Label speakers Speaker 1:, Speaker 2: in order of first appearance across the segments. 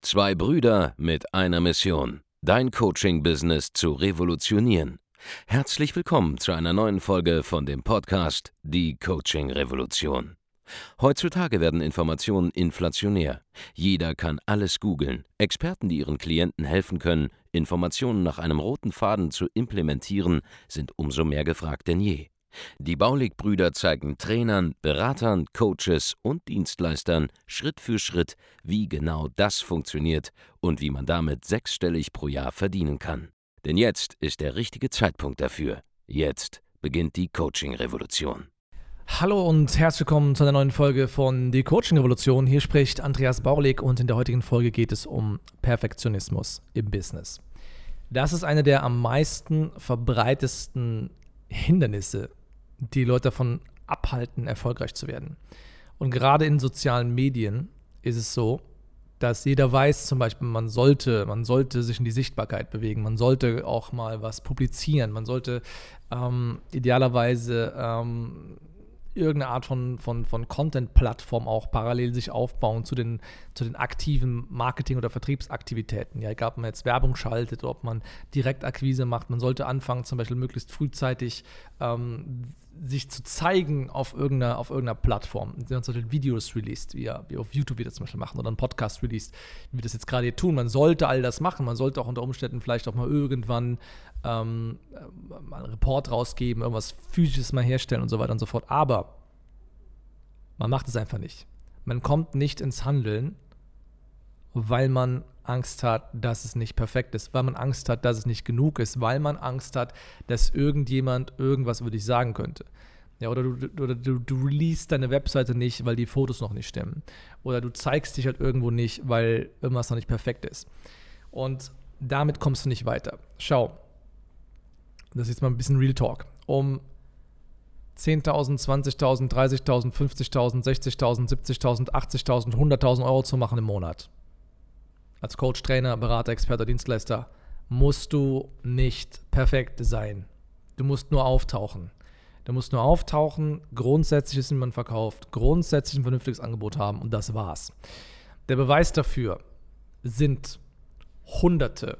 Speaker 1: Zwei Brüder mit einer Mission, dein Coaching-Business zu revolutionieren. Herzlich willkommen zu einer neuen Folge von dem Podcast Die Coaching-Revolution. Heutzutage werden Informationen inflationär. Jeder kann alles googeln. Experten, die ihren Klienten helfen können, Informationen nach einem roten Faden zu implementieren, sind umso mehr gefragt denn je. Die Baulig-Brüder zeigen Trainern, Beratern, Coaches und Dienstleistern Schritt für Schritt, wie genau das funktioniert und wie man damit sechsstellig pro Jahr verdienen kann. Denn jetzt ist der richtige Zeitpunkt dafür. Jetzt beginnt die Coaching-Revolution.
Speaker 2: Hallo und herzlich willkommen zu einer neuen Folge von Die Coaching-Revolution. Hier spricht Andreas Baulig und in der heutigen Folge geht es um Perfektionismus im Business. Das ist eine der am meisten verbreitesten Hindernisse, die Leute davon abhalten, erfolgreich zu werden. Und gerade in sozialen Medien ist es so, dass jeder weiß, zum Beispiel, man sollte sich in die Sichtbarkeit bewegen, man sollte auch mal was publizieren, man sollte idealerweise irgendeine Art von Content-Plattform auch parallel sich aufbauen zu den aktiven Marketing- oder Vertriebsaktivitäten. Ja, egal, ob man jetzt Werbung schaltet oder ob man Direktakquise macht. Man sollte anfangen, zum Beispiel möglichst frühzeitig sich zu zeigen auf irgendeiner Plattform. Wenn man zum Beispiel Videos released, wie auf YouTube wir das zum Beispiel machen, oder einen Podcast released, wie wir das jetzt gerade hier tun. Man sollte all das machen. Man sollte auch unter Umständen vielleicht auch mal irgendwann mal einen Report rausgeben, irgendwas Physisches mal herstellen und so weiter und so fort. Aber man macht es einfach nicht. Man kommt nicht ins Handeln, weil man Angst hat, dass es nicht perfekt ist, weil man Angst hat, dass es nicht genug ist, weil man Angst hat, dass irgendjemand irgendwas über dich sagen könnte. Ja, oder du release deine Webseite nicht, weil die Fotos noch nicht stimmen. Oder du zeigst dich halt irgendwo nicht, weil irgendwas noch nicht perfekt ist. Und damit kommst du nicht weiter. Schau, das ist jetzt mal ein bisschen Real Talk. Um 10.000, 20.000, 30.000, 50.000, 60.000, 70.000, 80.000, 100.000 Euro zu machen im Monat. Als Coach, Trainer, Berater, Experte, Dienstleister musst du nicht perfekt sein. Du musst nur auftauchen. Grundsätzlich ist, wie man verkauft, grundsätzlich ein vernünftiges Angebot haben und das war's. Der Beweis dafür sind Hunderte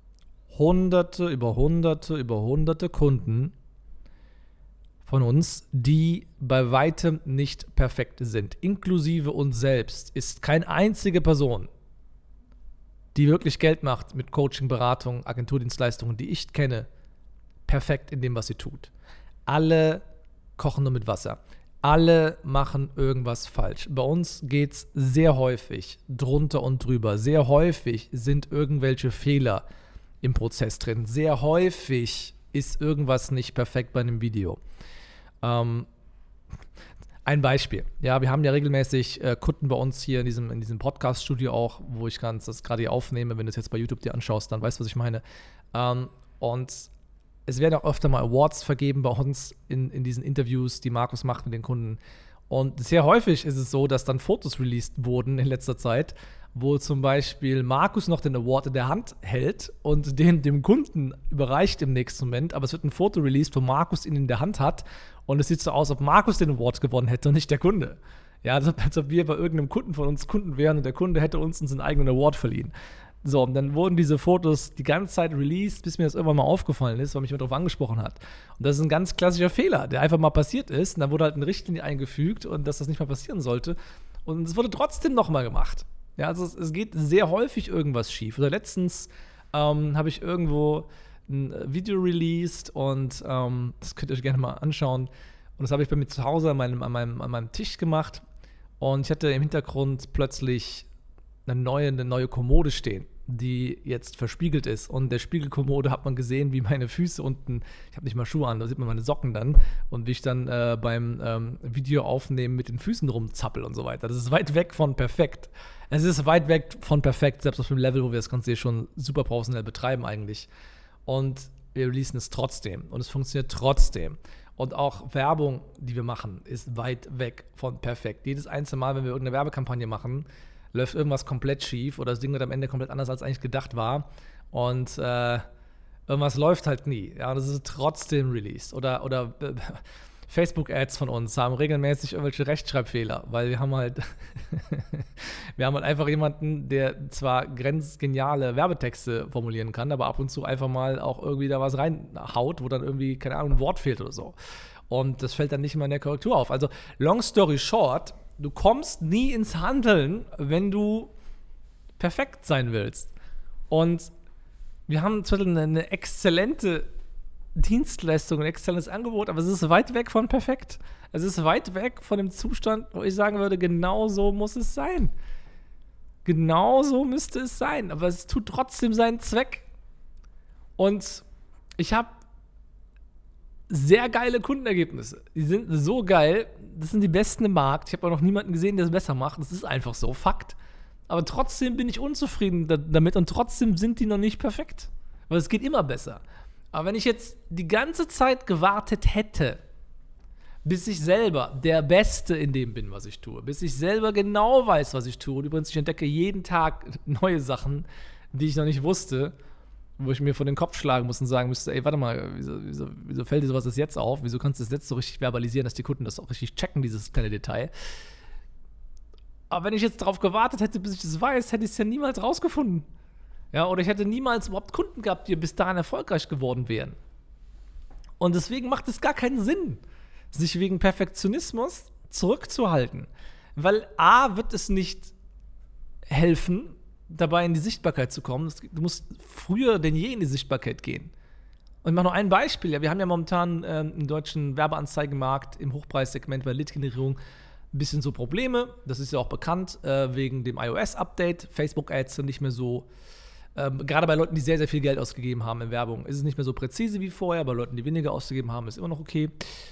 Speaker 2: Kunden von uns, die bei weitem nicht perfekt sind. Inklusive uns selbst ist keine einzige Person, die wirklich Geld macht mit Coaching, Beratung, Agenturdienstleistungen, die ich kenne, perfekt in dem, was sie tut. Alle kochen nur mit Wasser. Alle machen irgendwas falsch. Bei uns geht es sehr häufig drunter und drüber. Sehr häufig sind irgendwelche Fehler im Prozess drin. Sehr häufig ist irgendwas nicht perfekt bei einem Video. Ein Beispiel. Ja, wir haben ja regelmäßig Kunden bei uns hier in diesem Podcast-Studio auch, wo ich das gerade hier aufnehme. Wenn du es jetzt bei YouTube dir anschaust, dann weißt du, was ich meine. Und es werden auch öfter mal Awards vergeben bei uns in diesen Interviews, die Markus macht mit den Kunden. Und sehr häufig ist es so, dass dann Fotos released wurden in letzter Zeit, wo zum Beispiel Markus noch den Award in der Hand hält und den dem Kunden überreicht im nächsten Moment. Aber es wird ein Foto released, wo Markus ihn in der Hand hat. Und es sieht so aus, als ob Markus den Award gewonnen hätte und nicht der Kunde. Ja, als ob wir bei irgendeinem Kunden von uns Kunden wären und der Kunde hätte uns einen eigenen Award verliehen. So, und dann wurden diese Fotos die ganze Zeit released, bis mir das irgendwann mal aufgefallen ist, weil mich jemand darauf angesprochen hat. Und das ist ein ganz klassischer Fehler, der einfach mal passiert ist. Und dann wurde halt eine Richtlinie eingefügt und dass das nicht mal passieren sollte. Und es wurde trotzdem nochmal gemacht. Ja, also es geht sehr häufig irgendwas schief. Oder letztens habe ich irgendwo ein Video released und das könnt ihr euch gerne mal anschauen. Und das habe ich bei mir zu Hause an meinem Tisch gemacht. Und ich hatte im Hintergrund plötzlich eine neue Kommode stehen, die jetzt verspiegelt ist. Und der Spiegelkommode hat man gesehen, wie meine Füße unten, ich habe nicht mal Schuhe an, da sieht man meine Socken dann. Und wie ich dann beim Video aufnehmen mit den Füßen rumzappel und so weiter. Das ist weit weg von perfekt. Es ist weit weg von perfekt, selbst auf dem Level, wo wir das Ganze hier schon super professionell betreiben eigentlich. Und wir releasen es trotzdem. Und es funktioniert trotzdem. Und auch Werbung, die wir machen, ist weit weg von perfekt. Jedes einzelne Mal, wenn wir irgendeine Werbekampagne machen, läuft irgendwas komplett schief oder das Ding wird am Ende komplett anders, als eigentlich gedacht war. Und irgendwas läuft halt nie. Ja, das ist trotzdem released. Oder Facebook-Ads von uns haben regelmäßig irgendwelche Rechtschreibfehler, weil wir haben halt einfach jemanden, der zwar grenzgeniale Werbetexte formulieren kann, aber ab und zu einfach mal auch irgendwie da was reinhaut, wo dann irgendwie, keine Ahnung, ein Wort fehlt oder so. Und das fällt dann nicht immer in der Korrektur auf. Also, long story short, du kommst nie ins Handeln, wenn du perfekt sein willst. Und wir haben zum Beispiel eine exzellente Dienstleistung, ein exzellentes Angebot, aber es ist weit weg von perfekt. Es ist weit weg von dem Zustand, wo ich sagen würde, genau so muss es sein. Genau so müsste es sein, aber es tut trotzdem seinen Zweck. Und ich habe sehr geile Kundenergebnisse. Die sind so geil, das sind die besten im Markt. Ich habe auch noch niemanden gesehen, der es besser macht. Das ist einfach so, Fakt. Aber trotzdem bin ich unzufrieden damit und trotzdem sind die noch nicht perfekt. Weil es geht immer besser. Aber wenn ich jetzt die ganze Zeit gewartet hätte, bis ich selber der Beste in dem bin, was ich tue, bis ich selber genau weiß, was ich tue, und übrigens, ich entdecke jeden Tag neue Sachen, die ich noch nicht wusste, wo ich mir vor den Kopf schlagen muss und sagen müsste, ey, warte mal, wieso fällt dir sowas jetzt auf? Wieso kannst du das jetzt so richtig verbalisieren, dass die Kunden das auch richtig checken, dieses kleine Detail? Aber wenn ich jetzt darauf gewartet hätte, bis ich das weiß, hätte ich es ja niemals rausgefunden. Ja, oder ich hätte niemals überhaupt Kunden gehabt, die bis dahin erfolgreich geworden wären. Und deswegen macht es gar keinen Sinn, sich wegen Perfektionismus zurückzuhalten. Weil A, wird es nicht helfen, dabei in die Sichtbarkeit zu kommen. Du musst früher denn je in die Sichtbarkeit gehen. Und ich mache noch ein Beispiel. Ja, wir haben ja momentan im deutschen Werbeanzeigenmarkt im Hochpreissegment bei Lead-Generierung ein bisschen so Probleme. Das ist ja auch bekannt wegen dem iOS-Update. Facebook-Ads sind nicht mehr so, gerade bei Leuten, die sehr, sehr viel Geld ausgegeben haben in Werbung, ist es nicht mehr so präzise wie vorher. Bei Leuten, die weniger ausgegeben haben, ist immer noch okay.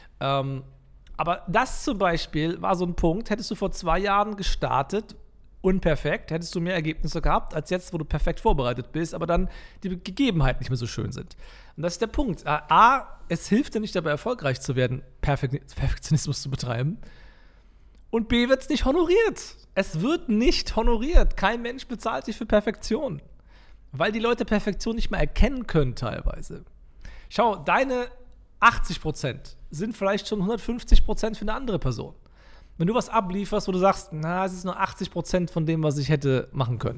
Speaker 2: Aber das zum Beispiel war so ein Punkt, hättest du vor 2 Jahren gestartet, unperfekt, hättest du mehr Ergebnisse gehabt, als jetzt, wo du perfekt vorbereitet bist, aber dann die Gegebenheiten nicht mehr so schön sind. Und das ist der Punkt. A, es hilft dir nicht dabei, erfolgreich zu werden, Perfektionismus zu betreiben. Und B, wird es nicht honoriert. Es wird nicht honoriert. Kein Mensch bezahlt dich für Perfektion. Weil die Leute Perfektion nicht mehr erkennen können teilweise. Schau, deine 80% sind vielleicht schon 150% für eine andere Person. Wenn du was ablieferst, wo du sagst, na, es ist nur 80% von dem, was ich hätte machen können.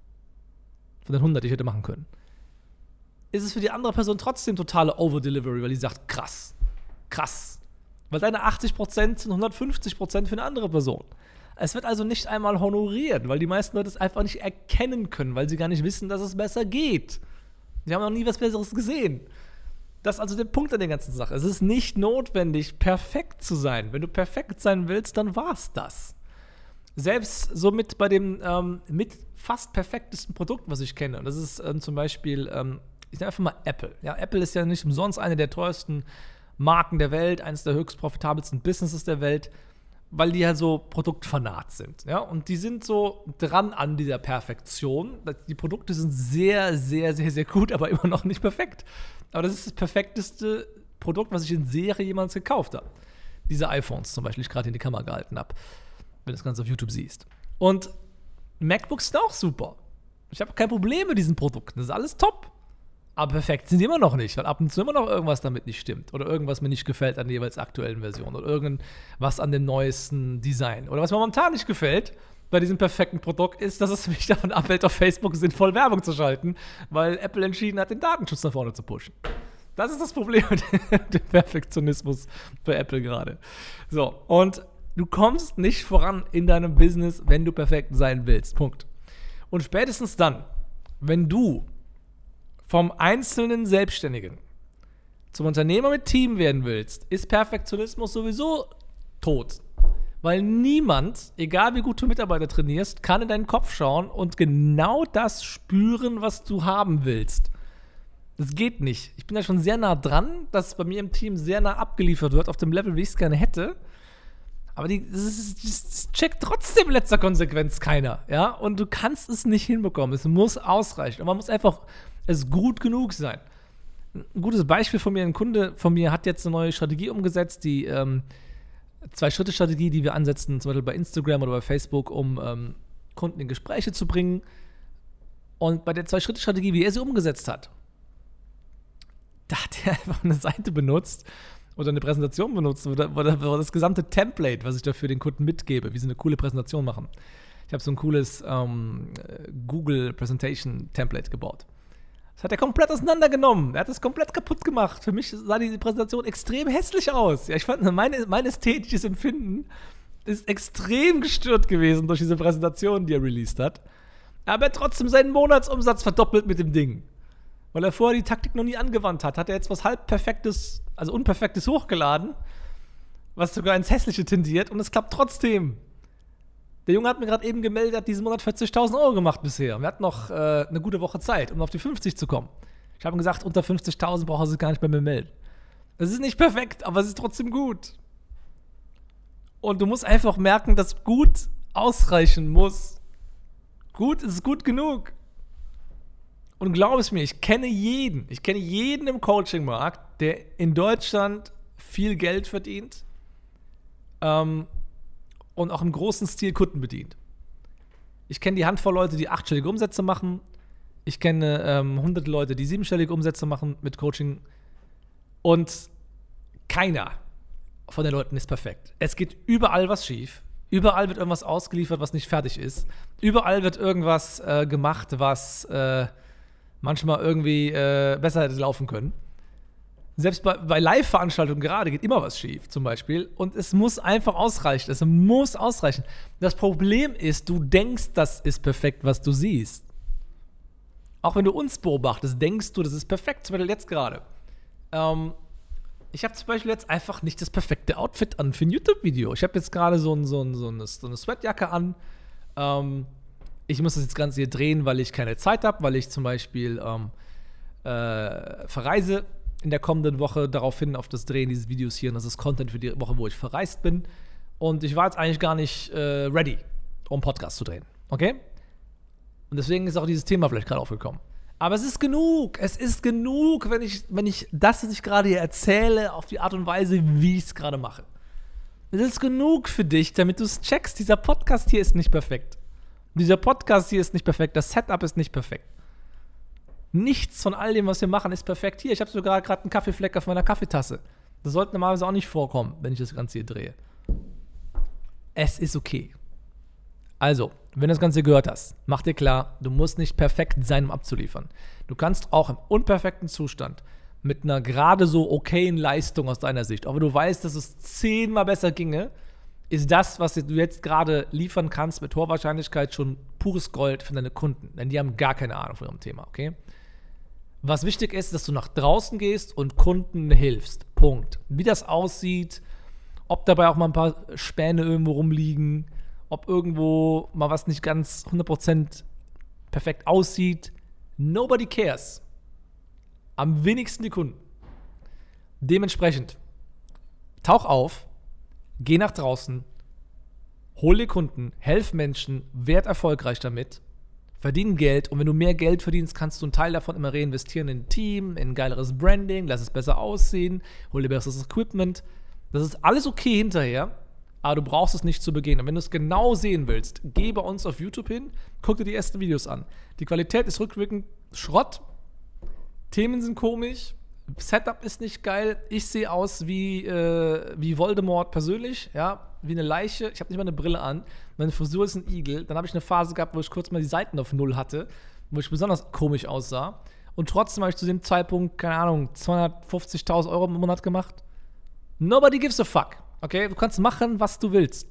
Speaker 2: Von den 100, die ich hätte machen können. Ist es für die andere Person trotzdem totale Overdelivery, weil die sagt, krass. Weil deine 80% sind 150% für eine andere Person. Es wird also nicht einmal honoriert, weil die meisten Leute es einfach nicht erkennen können, weil sie gar nicht wissen, dass es besser geht. Sie haben noch nie was Besseres gesehen. Das ist also der Punkt an der ganzen Sache. Es ist nicht notwendig, perfekt zu sein. Wenn du perfekt sein willst, dann war's das. Selbst somit bei dem mit fast perfektesten Produkt, was ich kenne, und das ist zum Beispiel, ich nenne einfach mal Apple. Ja, Apple ist ja nicht umsonst eine der teuersten Marken der Welt, eines der höchst profitabelsten Businesses der Welt, weil die ja so Produktfanat sind. Ja? Und die sind so dran an dieser Perfektion. Die Produkte sind sehr, sehr, sehr, sehr gut, aber immer noch nicht perfekt. Aber das ist das perfekteste Produkt, was ich in Serie jemals gekauft habe. Diese iPhones zum Beispiel, die ich gerade in die Kamera gehalten habe, wenn du das Ganze auf YouTube siehst. Und MacBooks sind auch super. Ich habe kein Problem mit diesen Produkten. Das ist alles top. Aber perfekt sind die immer noch nicht, weil ab und zu immer noch irgendwas damit nicht stimmt. Oder irgendwas mir nicht gefällt an der jeweils aktuellen Version. Oder irgendwas an dem neuesten Design. Oder was mir momentan nicht gefällt bei diesem perfekten Produkt ist, dass es mich davon abhält, auf Facebook sinnvoll Werbung zu schalten, weil Apple entschieden hat, den Datenschutz nach vorne zu pushen. Das ist das Problem mit dem Perfektionismus bei Apple gerade. So, und du kommst nicht voran in deinem Business, wenn du perfekt sein willst. Punkt. Und spätestens dann, wenn du vom einzelnen Selbstständigen zum Unternehmer mit Team werden willst, ist Perfektionismus sowieso tot. Weil niemand, egal wie gut du Mitarbeiter trainierst, kann in deinen Kopf schauen und genau das spüren, was du haben willst. Das geht nicht. Ich bin da schon sehr nah dran, dass bei mir im Team sehr nah abgeliefert wird, auf dem Level, wie ich es gerne hätte. Aber das checkt trotzdem in letzter Konsequenz keiner. Ja? Und du kannst es nicht hinbekommen. Es muss ausreichen. Und man muss einfach es gut genug sein. Ein gutes Beispiel von mir, ein Kunde von mir hat jetzt eine neue Strategie umgesetzt, die 2-Schritte-Strategie, die wir ansetzen, zum Beispiel bei Instagram oder bei Facebook, um Kunden in Gespräche zu bringen. Und bei der 2-Schritte-Strategie, wie er sie umgesetzt hat, da hat er einfach eine Seite benutzt oder eine Präsentation benutze oder das gesamte Template, was ich da für den Kunden mitgebe, wie sie eine coole Präsentation machen. Ich habe so ein cooles Google Presentation Template gebaut. Das hat er komplett auseinandergenommen. Er hat es komplett kaputt gemacht. Für mich sah die Präsentation extrem hässlich aus. Ja, ich fand, mein ästhetisches Empfinden ist extrem gestört gewesen durch diese Präsentation, die er released hat. Aber er hat trotzdem seinen Monatsumsatz verdoppelt mit dem Ding. Weil er vorher die Taktik noch nie angewandt hat. Hat er jetzt was halb perfektes, also unperfektes hochgeladen, was sogar ins Hässliche tendiert und es klappt trotzdem. Der Junge hat mir gerade eben gemeldet, er hat diesen Monat 40.000 € gemacht bisher. Wir hatten noch eine gute Woche Zeit, um auf die 50 zu kommen. Ich habe ihm gesagt, unter 50.000 braucht er sich gar nicht bei mir melden. Es ist nicht perfekt, aber es ist trotzdem gut. Und du musst einfach merken, dass gut ausreichen muss. Gut ist gut genug. Und glaub es mir, ich kenne jeden im Coaching-Markt, der in Deutschland viel Geld verdient und auch im großen Stil Kunden bedient. Ich kenne die Handvoll Leute, die 8-stellige Umsätze machen. Ich kenne hunderte Leute, die 7-stellige Umsätze machen mit Coaching. Und keiner von den Leuten ist perfekt. Es geht überall was schief. Überall wird irgendwas ausgeliefert, was nicht fertig ist. Überall wird irgendwas gemacht, was manchmal irgendwie besser hätte laufen können. Selbst bei Live-Veranstaltungen gerade geht immer was schief, zum Beispiel. Und es muss einfach ausreichen. Es muss ausreichen. Das Problem ist, du denkst, das ist perfekt, was du siehst. Auch wenn du uns beobachtest, denkst du, das ist perfekt. Zum Beispiel jetzt gerade. Ich habe zum Beispiel jetzt einfach nicht das perfekte Outfit an für ein YouTube-Video. Ich habe jetzt gerade so eine Sweatjacke an. Ich muss das jetzt Ganze hier drehen, weil ich keine Zeit habe, weil ich zum Beispiel verreise in der kommenden Woche daraufhin auf das Drehen dieses Videos hier. Und das ist Content für die Woche, wo ich verreist bin. Und ich war jetzt eigentlich gar nicht ready, um einen Podcast zu drehen. Okay? Und deswegen ist auch dieses Thema vielleicht gerade aufgekommen. Aber es ist genug. Es ist genug, wenn ich das, was ich gerade hier erzähle, auf die Art und Weise, wie ich es gerade mache. Es ist genug für dich, damit du es checkst. Dieser Podcast hier ist nicht perfekt. Dieser Podcast hier ist nicht perfekt. Das Setup ist nicht perfekt. Nichts von all dem, was wir machen, ist perfekt. Hier, ich habe sogar gerade einen Kaffeefleck auf meiner Kaffeetasse. Das sollte normalerweise auch nicht vorkommen, wenn ich das Ganze hier drehe. Es ist okay. Also, wenn du das Ganze gehört hast, mach dir klar, du musst nicht perfekt sein, um abzuliefern. Du kannst auch im unperfekten Zustand mit einer gerade so okayen Leistung aus deiner Sicht, auch wenn du weißt, dass es 10-mal besser ginge, ist das, was du jetzt gerade liefern kannst, mit hoher Wahrscheinlichkeit schon pures Gold für deine Kunden. Denn die haben gar keine Ahnung von ihrem Thema, okay? Was wichtig ist, dass du nach draußen gehst und Kunden hilfst. Punkt. Wie das aussieht, ob dabei auch mal ein paar Späne irgendwo rumliegen, ob irgendwo mal was nicht ganz 100% perfekt aussieht. Nobody cares. Am wenigsten die Kunden. Dementsprechend, tauch auf, geh nach draußen, hol dir Kunden, helf Menschen, werd erfolgreich damit, verdien Geld und wenn du mehr Geld verdienst, kannst du einen Teil davon immer reinvestieren in ein Team, in ein geileres Branding, lass es besser aussehen, hol dir besseres Equipment. Das ist alles okay hinterher, aber du brauchst es nicht zu Beginn. Und wenn du es genau sehen willst, geh bei uns auf YouTube hin, guck dir die ersten Videos an. Die Qualität ist rückwirkend Schrott, Themen sind komisch, Setup ist nicht geil, ich sehe aus wie Voldemort persönlich, ja, wie eine Leiche, ich habe nicht mal eine Brille an, meine Frisur ist ein Igel, dann habe ich eine Phase gehabt, wo ich kurz mal die Seiten auf 0 hatte, wo ich besonders komisch aussah und trotzdem habe ich zu dem Zeitpunkt, keine Ahnung, 250.000 € im Monat gemacht. Nobody gives a fuck, okay, du kannst machen, was du willst.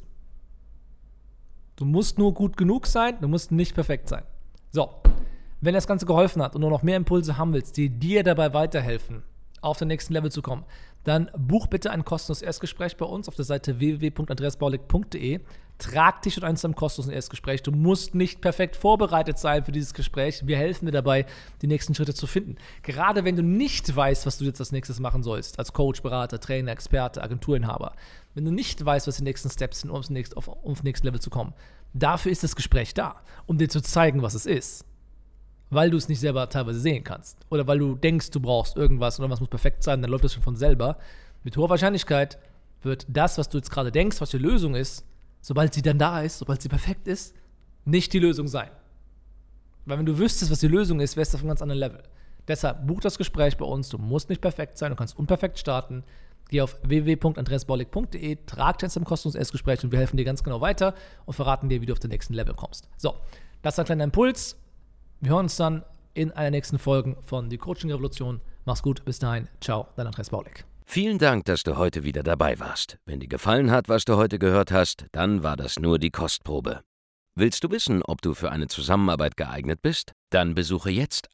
Speaker 2: Du musst nur gut genug sein, du musst nicht perfekt sein. So. Wenn das Ganze geholfen hat und du noch mehr Impulse haben willst, die dir dabei weiterhelfen, auf den nächsten Level zu kommen, dann buch bitte ein kostenloses Erstgespräch bei uns auf der Seite www.andreasbaulig.de. Trag dich ein zu einem kostenlosen Erstgespräch. Du musst nicht perfekt vorbereitet sein für dieses Gespräch. Wir helfen dir dabei, die nächsten Schritte zu finden. Gerade wenn du nicht weißt, was du jetzt als nächstes machen sollst, als Coach, Berater, Trainer, Experte, Agenturinhaber, wenn du nicht weißt, was die nächsten Steps sind, um aufs nächste Level zu kommen, dafür ist das Gespräch da, um dir zu zeigen, was es ist. Weil du es nicht selber teilweise sehen kannst. Oder weil du denkst, du brauchst irgendwas und irgendwas muss perfekt sein, dann läuft das schon von selber. Mit hoher Wahrscheinlichkeit wird das, was du jetzt gerade denkst, was die Lösung ist, sobald sie dann da ist, sobald sie perfekt ist, nicht die Lösung sein. Weil wenn du wüsstest, was die Lösung ist, wärst du auf einem ganz anderen Level. Deshalb buch das Gespräch bei uns. Du musst nicht perfekt sein, du kannst unperfekt starten. Geh auf www.andreasbaulig.de, trag dich zum kostenlosen Erstgespräch und wir helfen dir ganz genau weiter und verraten dir, wie du auf den nächsten Level kommst. So, das ist ein kleiner Impuls. Wir hören uns dann in einer nächsten Folge von Die Coaching Revolution. Mach's gut, bis dahin. Ciao, dein Andreas Baulig.
Speaker 1: Vielen Dank, dass du heute wieder dabei warst. Wenn dir gefallen hat, was du heute gehört hast, dann war das nur die Kostprobe. Willst du wissen, ob du für eine Zusammenarbeit geeignet bist? Dann besuche jetzt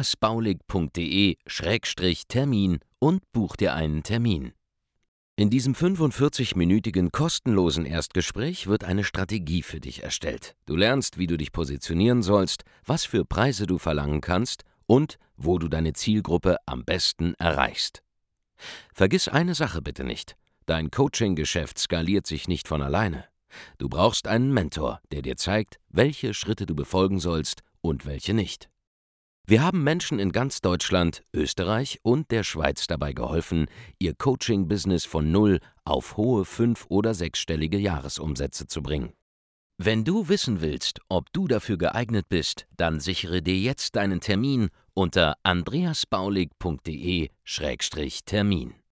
Speaker 1: andreasbaulig.de/Termin und buch dir einen Termin. In diesem 45-minütigen kostenlosen Erstgespräch wird eine Strategie für dich erstellt. Du lernst, wie du dich positionieren sollst, was für Preise du verlangen kannst und wo du deine Zielgruppe am besten erreichst. Vergiss eine Sache bitte nicht: Dein Coaching-Geschäft skaliert sich nicht von alleine. Du brauchst einen Mentor, der dir zeigt, welche Schritte du befolgen sollst und welche nicht. Wir haben Menschen in ganz Deutschland, Österreich und der Schweiz dabei geholfen, ihr Coaching-Business von 0 auf hohe 5- oder 6-stellige Jahresumsätze zu bringen. Wenn du wissen willst, ob du dafür geeignet bist, dann sichere dir jetzt deinen Termin unter andreasbaulig.de/Termin.